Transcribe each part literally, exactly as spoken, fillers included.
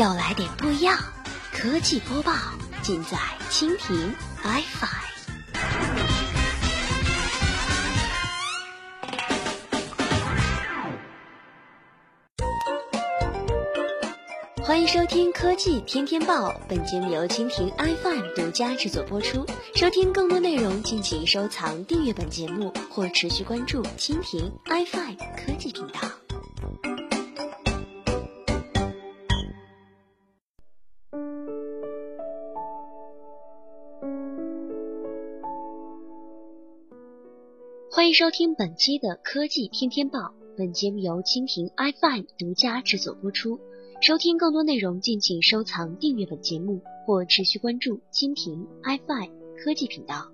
要来点不一样，科技播报尽在蜻蜓 i 五。欢迎收听科技天天报，本节目由蜻蜓 i 五 独家制作播出。收听更多内容，敬请收藏、订阅本节目或持续关注蜻蜓 i 五 科技频道。欢迎收听本期的科技天天报，本节目由蜻蜓 i 五 独家制作播出。收听更多内容，敬请收藏、订阅本节目或持续关注蜻蜓 i 五 科技频道。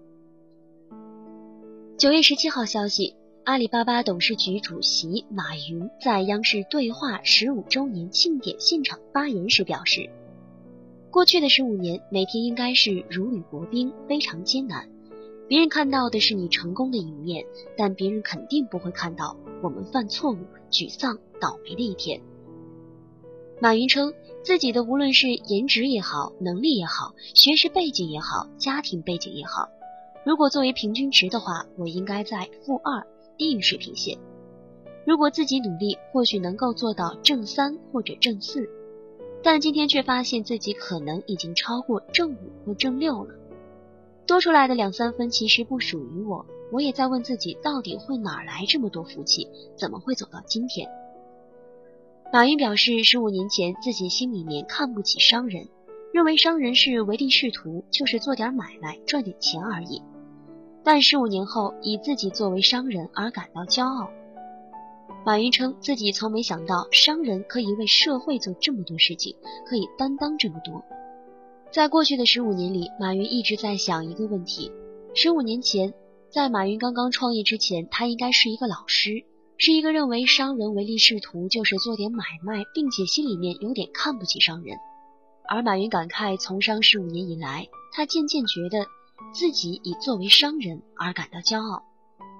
九月十七号消息，阿里巴巴董事局主席马云在央视对话十五周年庆典现场发言时表示，过去的十五年每天应该是如履薄冰，非常艰难。别人看到的是你成功的一面，但别人肯定不会看到我们犯错误、沮丧、倒霉的一天。马云称，自己的无论是颜值也好，能力也好，学识背景也好，家庭背景也好，如果作为平均值的话，我应该在负二，低于水平线。如果自己努力，或许能够做到正三或者正四，但今天却发现自己可能已经超过正五或正六了。多出来的两三分其实不属于我，我也在问自己，到底会哪来这么多福气，怎么会走到今天？马云表示，十五年前自己心里面看不起商人，认为商人是唯利是图，就是做点买卖赚点钱而已。但十五年后，以自己作为商人而感到骄傲。马云称，自己从没想到商人可以为社会做这么多事情，可以担当这么多。在过去的十五年里，马云一直在想一个问题：十五年前，在马云刚刚创业之前，他应该是一个老师，是一个认为商人唯利是图，就是做点买卖，并且心里面有点看不起商人。而马云感慨，从商十五年以来，他渐渐觉得自己以作为商人而感到骄傲。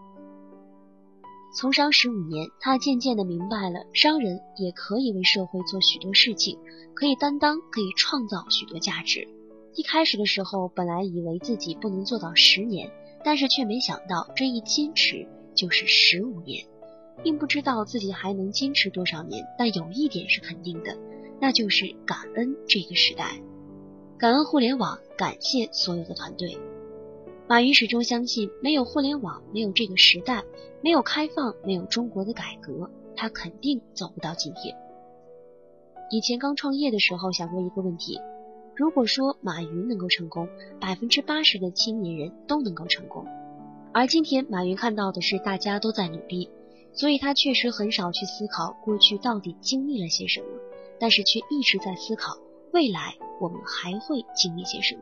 从商十五年，他渐渐地明白了，商人也可以为社会做许多事情，可以担当，可以创造许多价值。一开始的时候，本来以为自己不能做到十年，但是却没想到这一坚持就是十五年。并不知道自己还能坚持多少年，但有一点是肯定的，那就是感恩这个时代，感恩互联网，感谢所有的团队。马云始终相信，没有互联网，没有这个时代，没有开放，没有中国的改革，他肯定走不到今天。以前刚创业的时候想过一个问题，如果说马云能够成功， 百分之八十 的青年人都能够成功。而今天马云看到的是大家都在努力，所以他确实很少去思考过去到底经历了些什么，但是却一直在思考未来我们还会经历些什么。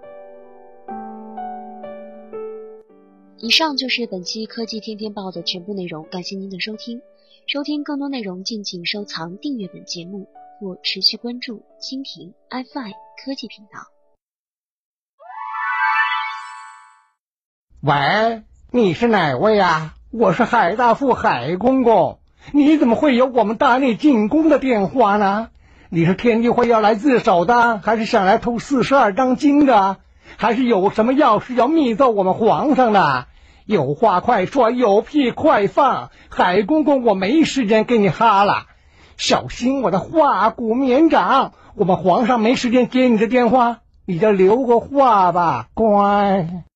以上就是本期科技天天报的全部内容，感谢您的收听。收听更多内容，敬请收藏、订阅本节目或持续关注蜻蜓 i 五 科技频道。 喂，你是哪位啊？我是海大富海公公，你怎么会有我们大内进宫的电话呢？你是天地会要来自首的，还是想来偷四十二章经的，还是有什么要事要密奏我们皇上的？有话快说，有屁快放，海公公我没时间给你哈了，小心我的化骨绵掌，我们皇上没时间接你的电话，你就留个话吧，乖。